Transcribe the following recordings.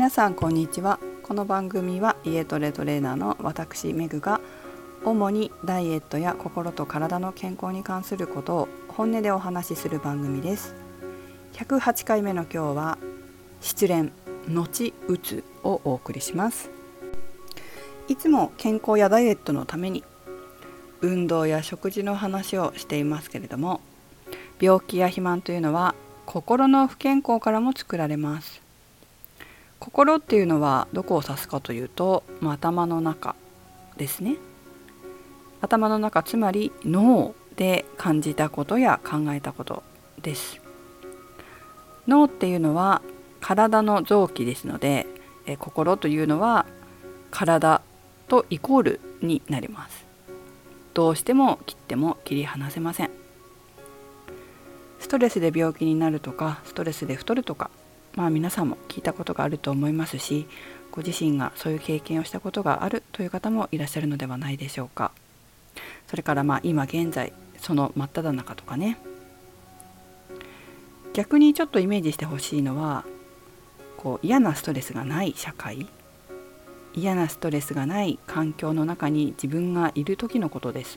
皆さんこんにちは。この番組は家トレトレーナーの私メグが主にダイエットや心と体の健康に関することを本音でお話しする番組です。108回目の今日は失恋後うつをお送りします。いつも健康やダイエットのために運動や食事の話をしていますけれども、病気や肥満というのは心の不健康からも作られます。心っていうのはどこを指すかというと、頭の中ですね。頭の中、つまり脳で感じたことや考えたことです。脳っていうのは体の臓器ですので、心というのは体とイコールになります。どうしても切っても切り離せません。ストレスで病気になるとか、ストレスで太るとか、皆さんも聞いたことがあると思いますし、ご自身がそういう経験をしたことがあるという方もいらっしゃるのではないでしょうか。それから今現在その真っ只中とかね。逆にちょっとイメージしてほしいのは、嫌なストレスがない社会、嫌なストレスがない環境の中に自分がいる時のことです。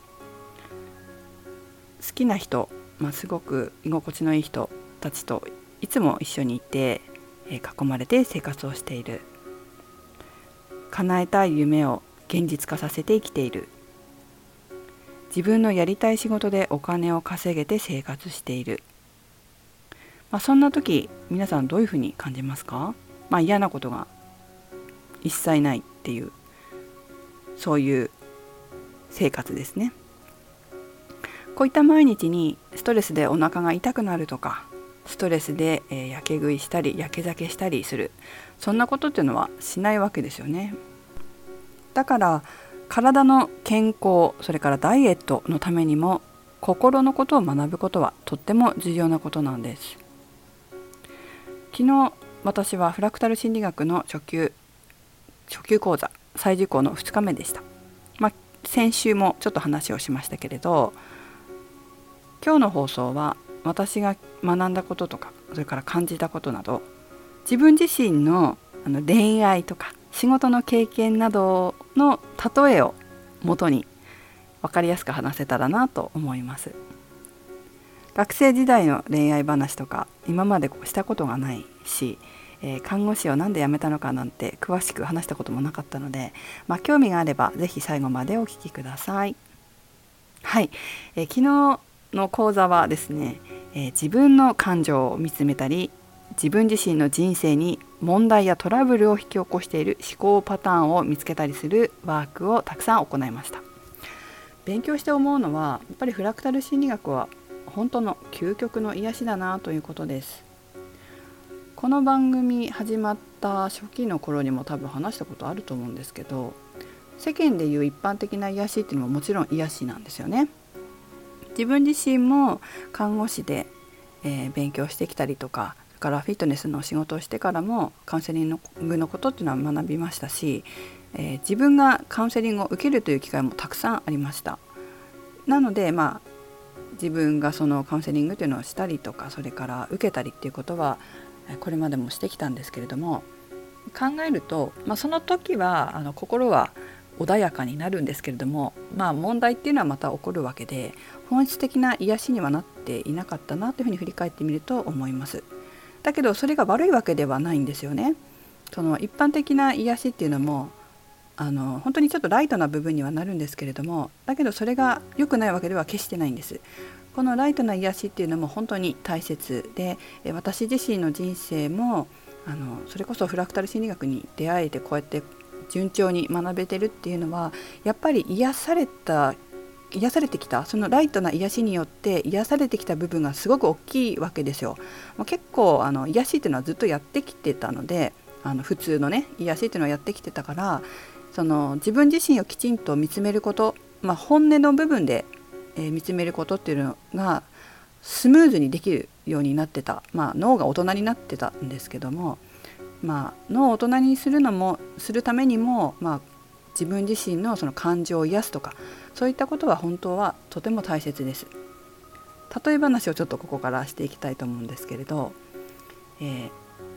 好きな人、すごく居心地のいい人たちといつも一緒にいて、囲まれて生活をしている。叶えたい夢を現実化させて生きている。自分のやりたい仕事でお金を稼げて生活している。そんな時、皆さんどういうふうに感じますか？嫌なことが一切ないっていう、そういう生活ですね。こういった毎日にストレスでお腹が痛くなるとか、ストレスでやけ食いしたりやけ酒したりする、そんなことっていうのはしないわけですよね。だから体の健康、それからダイエットのためにも心のことを学ぶことはとっても重要なことなんです。昨日私はフラクタル心理学の初級講座再受講の2日目でした。先週もちょっと話をしましたけれど、今日の放送は私が学んだこととか、それから感じたことなど、自分自身の恋愛とか仕事の経験などの例えをもとに分かりやすく話せたらなと思います。学生時代の恋愛話とか今までしたことがないし、看護師をなんで辞めたのかなんて詳しく話したこともなかったので、興味があればぜひ最後までお聞きください。はい、昨日の講座はですね、自分の感情を見つめたり、自分自身の人生に問題やトラブルを引き起こしている思考パターンを見つけたりするワークをたくさん行いました。勉強して思うのは、やっぱりフラクタル心理学は本当の究極の癒しだなということです。この番組始まった初期の頃にも多分話したことあると思うんですけど、世間でいう一般的な癒しっていうのももちろん癒しなんですよね。自分自身も看護師で、勉強してきたりとか、それからフィットネスの仕事をしてからもカウンセリングのことっていうのは学びましたし、自分がカウンセリングを受けるという機会もたくさんありました。なので自分がそのカウンセリングというのをしたりとか、それから受けたりっていうことはこれまでもしてきたんですけれども、考えると、その時は心は穏やかになるんですけれども、問題っていうのはまた起こるわけで、本質的な癒しにはなっていなかったなというふうに振り返ってみると思います。だけどそれが悪いわけではないんですよね。その一般的な癒しっていうのも本当にちょっとライトな部分にはなるんですけれども、だけどそれが良くないわけでは決してないんです。このライトな癒しっていうのも本当に大切で、私自身の人生もそれこそフラクタル心理学に出会えて、こうやって順調に学べてるっていうのは、やっぱり癒されてきた、そのライトな癒しによって癒されてきた部分がすごく大きいわけですよ。結構癒しっていうのはずっとやってきてたので、普通のね癒しっていうのはやってきてたから、その自分自身をきちんと見つめること、本音の部分で、見つめることっていうのがスムーズにできるようになってた、脳が大人になってたんですけども、脳を大人にするためにも、自分自身のその感情を癒すとか、そういったことは本当はとても大切です。例え話をちょっとここからしていきたいと思うんですけれど、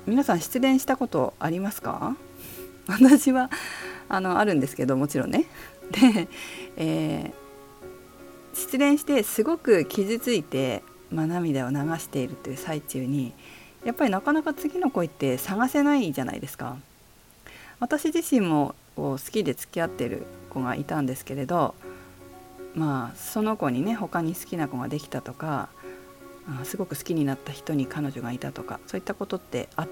皆さん失恋したことありますか？私はあるんですけど、もちろんね。で、失恋してすごく傷ついて、涙を流しているという最中にやっぱりなかなか次の恋って探せないじゃないですか。私自身も好きで付き合っている子がいたんですけれど、その子にね他に好きな子ができたとか、すごく好きになった人に彼女がいたとか、そういったことってあって、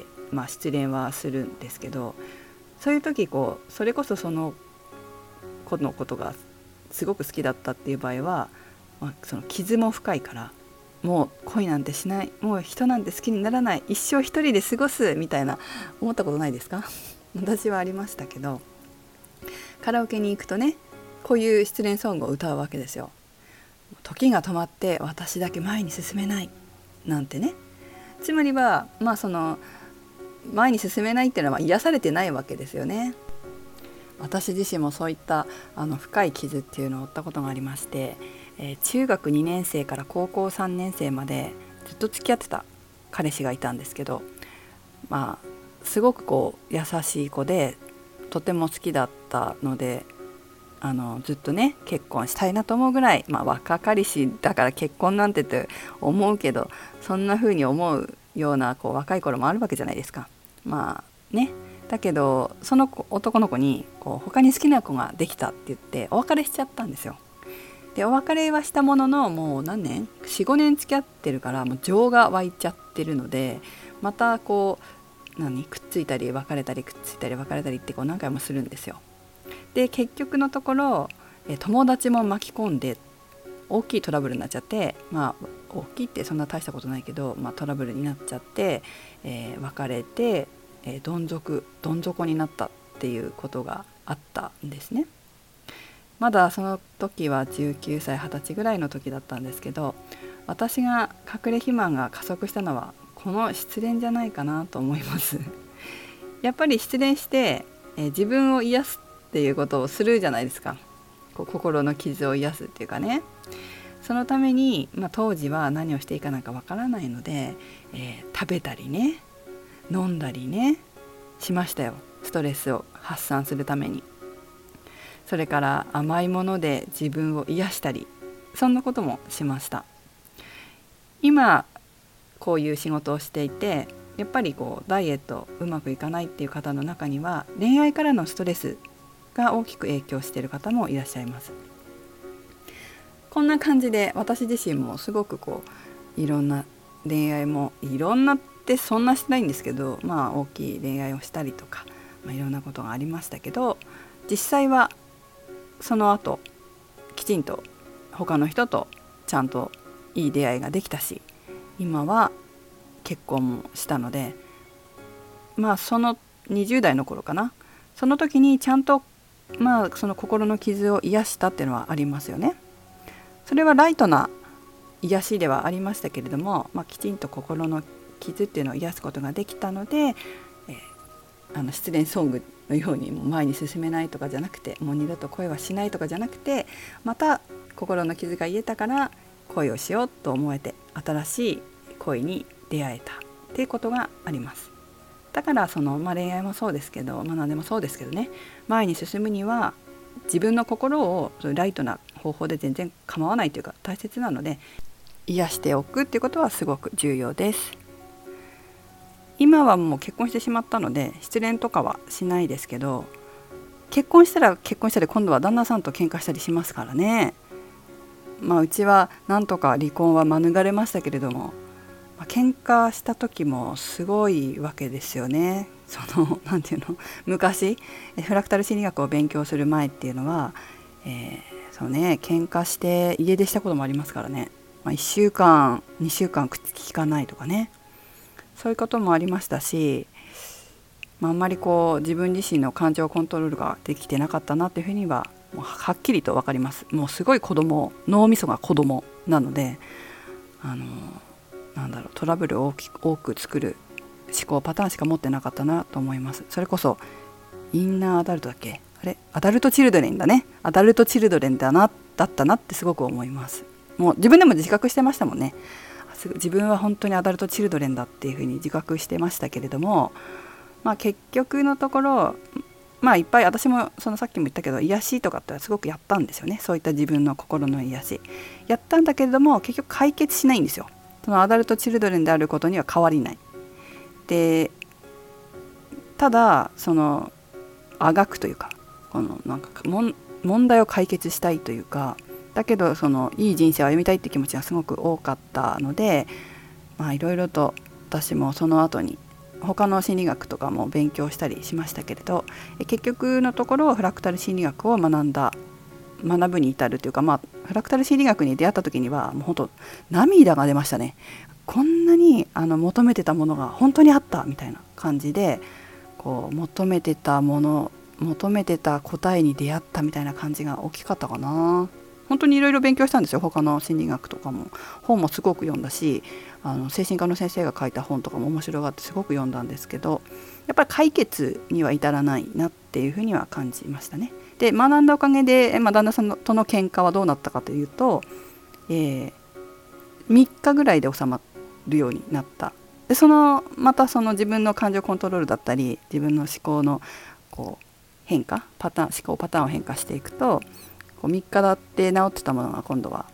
失恋はするんですけど、そういう時それこそその子のことがすごく好きだったっていう場合は、その傷も深いから、もう恋なんてしない、もう人なんて好きにならない、一生一人で過ごすみたいな、思ったことないですか？私はありましたけど、カラオケに行くとね、こういう失恋ソングを歌うわけですよ。時が止まって私だけ前に進めないなんてね。つまりはその前に進めないっていうのは癒されてないわけですよね。私自身もそういった深い傷っていうのを負ったことがありまして、中学2年生から高校3年生までずっと付き合ってた彼氏がいたんですけど、すごく優しい子でとても好きだったので、ずっとね結婚したいなと思うぐらい、若かりしだから結婚なんてって思うけど、そんな風に思うような若い頃もあるわけじゃないですか。だけどその男の子に他に好きな子ができたって言ってお別れしちゃったんですよ。でお別れはしたものの、もう何年 4,5 年付き合ってるから、もう情が湧いちゃってるので、またくっついたり別れたりくっついたり別れたりって何回もするんですよ。で結局のところ友達も巻き込んで大きいトラブルになっちゃって、大きいってそんな大したことないけど、トラブルになっちゃって、別れて、どん底になったっていうことがあったんですね。まだその時は19歳20歳ぐらいの時だったんですけど、私が隠れ肥満が加速したのはこの失恋じゃないかなと思います。やっぱり失恋して、自分を癒すっていうことをするじゃないですか。心の傷を癒すっていうかね。そのために、当時は何をしていいかなんかわからないので、食べたりね飲んだりねしましたよ。ストレスを発散するために。それから甘いもので自分を癒したり、そんなこともしました。今こういう仕事をしていて、やっぱりダイエットうまくいかないっていう方の中には、恋愛からのストレスが大きく影響している方もいらっしゃいます。こんな感じで私自身もすごくいろんな恋愛も、いろんなってそんなしてないんですけど、大きい恋愛をしたりとか、いろんなことがありましたけど、実際はその後きちんと他の人とちゃんといい出会いができたし、今は結婚もしたので、その20代の頃かな、その時にちゃんとその心の傷を癒したっていうのはありますよね。それはライトな癒しではありましたけれども、きちんと心の傷っていうのを癒すことができたので、失恋ソングのようにもう前に進めないとかじゃなくて、もう二度と恋はしないとかじゃなくて、また心の傷が癒えたから恋をしようと思えて、新しい恋に出会えたっていうことがあります。だから恋愛もそうですけど、何でもそうですけどね、前に進むには自分の心をライトな方法で全然構わないというか大切なので、癒しておくっていうことはすごく重要です。今はもう結婚してしまったので失恋とかはしないですけど、結婚したら今度は旦那さんと喧嘩したりしますからね。うちはなんとか離婚は免れましたけれども、喧嘩した時もすごいわけですよね。なんていうの、昔フラクタル心理学を勉強する前っていうのは、喧嘩して家出したこともありますからね。1週間2週間口聞かないとかね、そういうこともありましたし、あんまり自分自身の感情コントロールができてなかったなっていうふうにはもうはっきりと分かります。もうすごい脳みそが子供なので、トラブルを多く作る思考パターンしか持ってなかったなと思います。それこそインナーアダルトだっけ、アダルトチルドレンだね、アダルトチルドレンだったなってすごく思います。もう自分でも自覚してましたもんね。 自分は本当にアダルトチルドレンだっていうふうに自覚してましたけれども、結局のところいっぱい私もさっきも言ったけど癒しとかってすごくやったんですよね。そういった自分の心の癒しやったんだけれども結局解決しないんですよ。そのアダルトチルドレンであることには変わりない。でただあがくというか問題を解決したいというか、だけどいい人生を歩みたいって気持ちがすごく多かったので、いろいろと私もその後に他の心理学とかも勉強したりしましたけれど、結局のところフラクタル心理学を学ぶに至るというか、フラクタル心理学に出会った時にはもう本当涙が出ましたね。こんなに求めてたものが本当にあったみたいな感じで、求めてた答えに出会ったみたいな感じが大きかったかな。本当にいろいろ勉強したんですよ。他の心理学とかも本もすごく読んだし、精神科の先生が書いた本とかも面白がってすごく読んだんですけど、やっぱり解決には至らないなっていうふうには感じましたね。で学んだおかげで、旦那さんとの喧嘩はどうなったかというと、3日ぐらいで収まるようになった。でまた自分の感情コントロールだったり自分の思考の変化思考パターンを変化していくと、3日だって治ってたものが今度は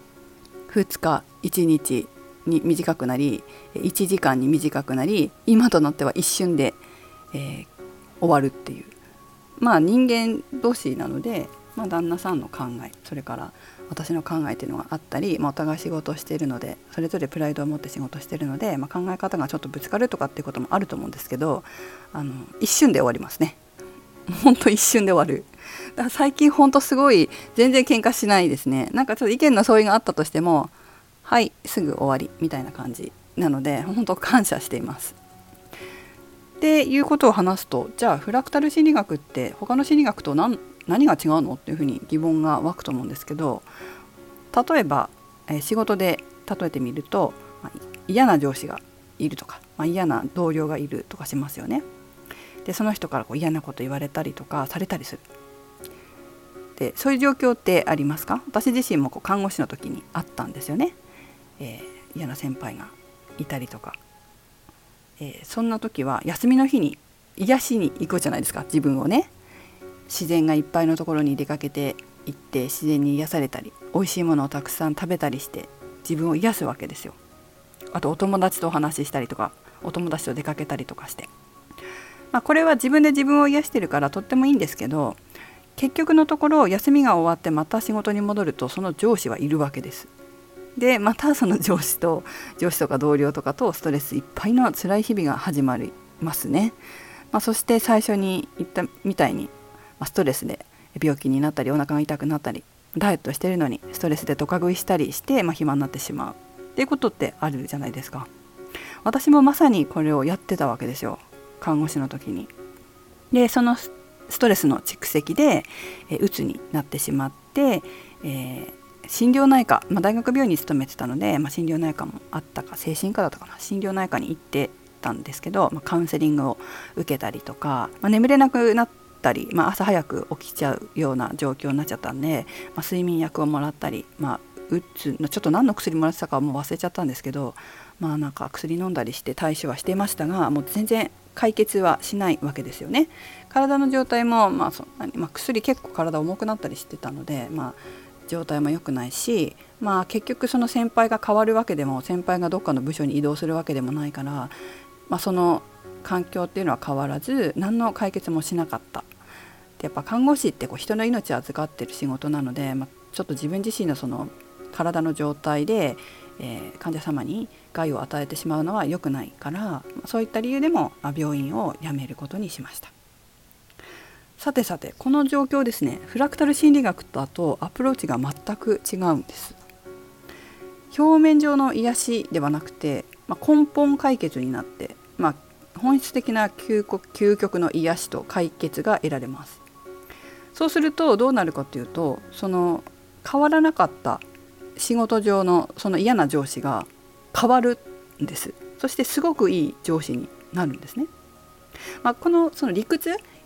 2日1日に短くなり1時間に短くなり、今となっては一瞬で、終わるっていう、人間同士なので、旦那さんの考えそれから私の考えっていうのがあったり、お互い仕事をしているのでそれぞれプライドを持って仕事しているので、考え方がちょっとぶつかるとかっていうこともあると思うんですけど、一瞬で終わりますね。本当一瞬で終わる。だから最近本当すごい全然喧嘩しないですね。ちょっと意見の相違があったとしてもはいすぐ終わりみたいな感じなので、本当感謝しています。っていうことを話すと、じゃあフラクタル心理学って他の心理学と何が違うのっていうふうに疑問が湧くと思うんですけど、例えば、仕事で例えてみると、嫌な上司がいるとか、嫌な同僚がいるとかしますよね。でその人から嫌なこと言われたりとかされたりする。でそういう状況ってありますか？私自身も看護師の時にあったんですよね。嫌な先輩がいたりとか、そんな時は休みの日に癒しに行くじゃないですか。自分をね、自然がいっぱいのところに出かけて行って自然に癒されたり、美味しいものをたくさん食べたりして自分を癒すわけですよ。あとお友達とお話ししたりとか、お友達と出かけたりとかして、これは自分で自分を癒してるからとってもいいんですけど、結局のところ休みが終わってまた仕事に戻るとその上司はいるわけです。でまたその上司とか同僚とかとストレスいっぱいの辛い日々が始まりますね。そして最初に言ったみたいに、ストレスで病気になったりお腹が痛くなったり、ダイエットしてるのにストレスでドカ食いしたりして、暇になってしまうっていうことってあるじゃないですか。私もまさにこれをやってたわけですよ、看護師の時に。でそのストレスの蓄積で、うつになってしまって、心療内科、大学病院に勤めてたので、心療内科もあったか精神科だったかな、心療内科に行ってたんですけど、カウンセリングを受けたりとか、眠れなくなったり、朝早く起きちゃうような状況になっちゃったんで、睡眠薬をもらったり、うつのちょっと何の薬もらってたかはもう忘れちゃったんですけど、薬飲んだりして対処はしていましたが、もう全然解決はしないわけですよね。体の状態もそんなに、薬結構体重くなったりしてたので、状態も良くないし、結局その先輩が変わるわけでも、先輩がどっかの部署に移動するわけでもないから、その環境っていうのは変わらず何の解決もしなかった。でやっぱ看護師って人の命を預かってる仕事なので、ちょっと自分自身のその体の状態で、患者様に害を与えてしまうのは良くないから、そういった理由でも病院を辞めることにしました。さてこの状況ですね、フラクタル心理学だとアプローチが全く違うんです。表面上の癒しではなくて、根本解決になって、本質的な究極の癒しと解決が得られます。そうするとどうなるかというと、その変わらなかった仕事上のその嫌な上司が変わるんです。そしてすごくいい上司になるんですね。その理屈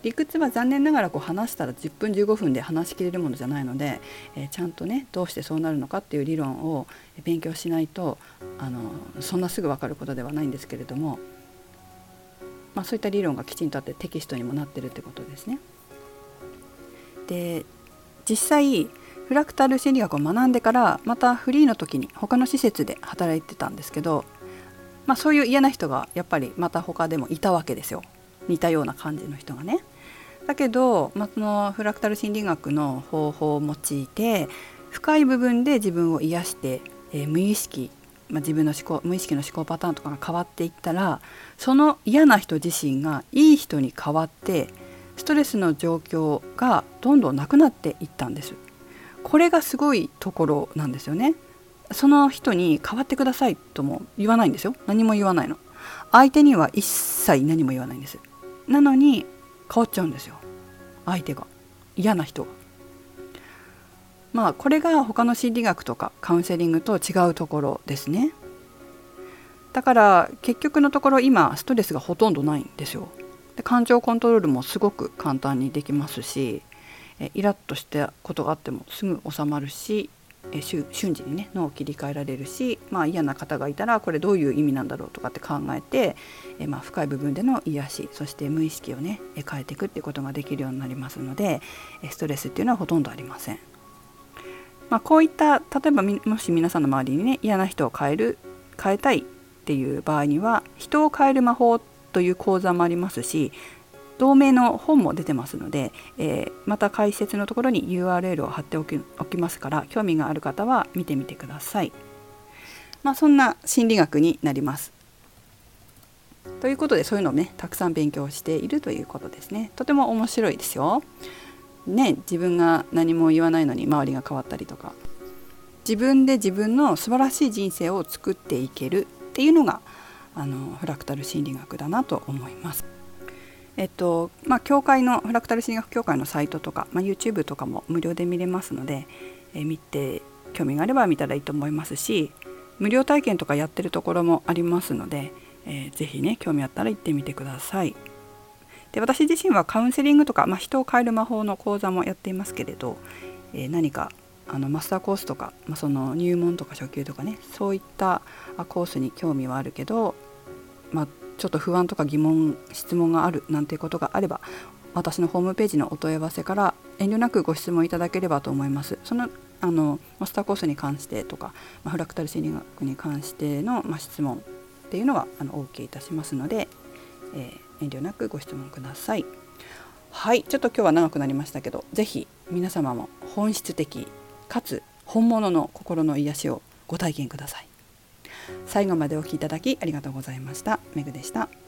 理屈は残念ながら話したら10分15分で話しきれるものじゃないので、ちゃんとねどうしてそうなるのかっていう理論を勉強しないとそんなすぐ分かることではないんですけれども、そういった理論がきちんとあってテキストにもなってるってことですね。で実際フラクタル心理学を学んでからまたフリーの時に他の施設で働いてたんですけど、そういう嫌な人がやっぱりまた他でもいたわけですよ。似たような感じの人がね。だけど、そのフラクタル心理学の方法を用いて深い部分で自分を癒して、無意識、自分の無意識の思考パターンとかが変わっていったら、その嫌な人自身がいい人に変わってストレスの状況がどんどんなくなっていったんです。これがすごいところなんですよね。その人に変わってくださいとも言わないんですよ。何も言わないの。相手には一切何も言わないんです。なのに変わっちゃうんですよ、相手が。嫌な人が。これが他の心理学とかカウンセリングと違うところですね。だから結局のところ今ストレスがほとんどないんですよ。で感情コントロールもすごく簡単にできますし、イラッとしたことがあってもすぐ収まるし、瞬時にね脳を切り替えられるし、嫌な方がいたらこれどういう意味なんだろうとかって考えて、深い部分での癒し、そして無意識をね変えていくっていうことができるようになりますので、ストレスっていうのはほとんどありません。こういった例えばもし皆さんの周りにね嫌な人を変えたいっていう場合には、人を変える魔法という講座もありますし、同名の本も出てますので、また解説のところに URL を貼っておきますから、興味がある方は見てみてください。そんな心理学になります。ということで、そういうのをねたくさん勉強しているということですね。とても面白いですよ。自分が何も言わないのに周りが変わったりとか、自分で自分の素晴らしい人生を作っていけるっていうのがフラクタル心理学だなと思います。教会のフラクタル心理学協会のサイトとか、YouTube とかも無料で見れますので、見て興味があれば見たらいいと思いますし、無料体験とかやってるところもありますので、ぜひね興味あったら行ってみてください。で私自身はカウンセリングとか、人を変える魔法の講座もやっていますけれど、何かマスターコースとか、その入門とか初級とかね、そういったコースに興味はあるけど、ちょっと不安とか疑問質問があるなんていうことがあれば、私のホームページのお問い合わせから遠慮なくご質問いただければと思います。そのマスターコースに関してとか、フラクタル心理学に関しての、質問っていうのはお受けいたしますので、遠慮なくご質問ください。はい、ちょっと今日は長くなりましたけど、ぜひ皆様も本質的かつ本物の心の癒しをご体験ください。最後までお聞きいただきありがとうございました。めぐでした。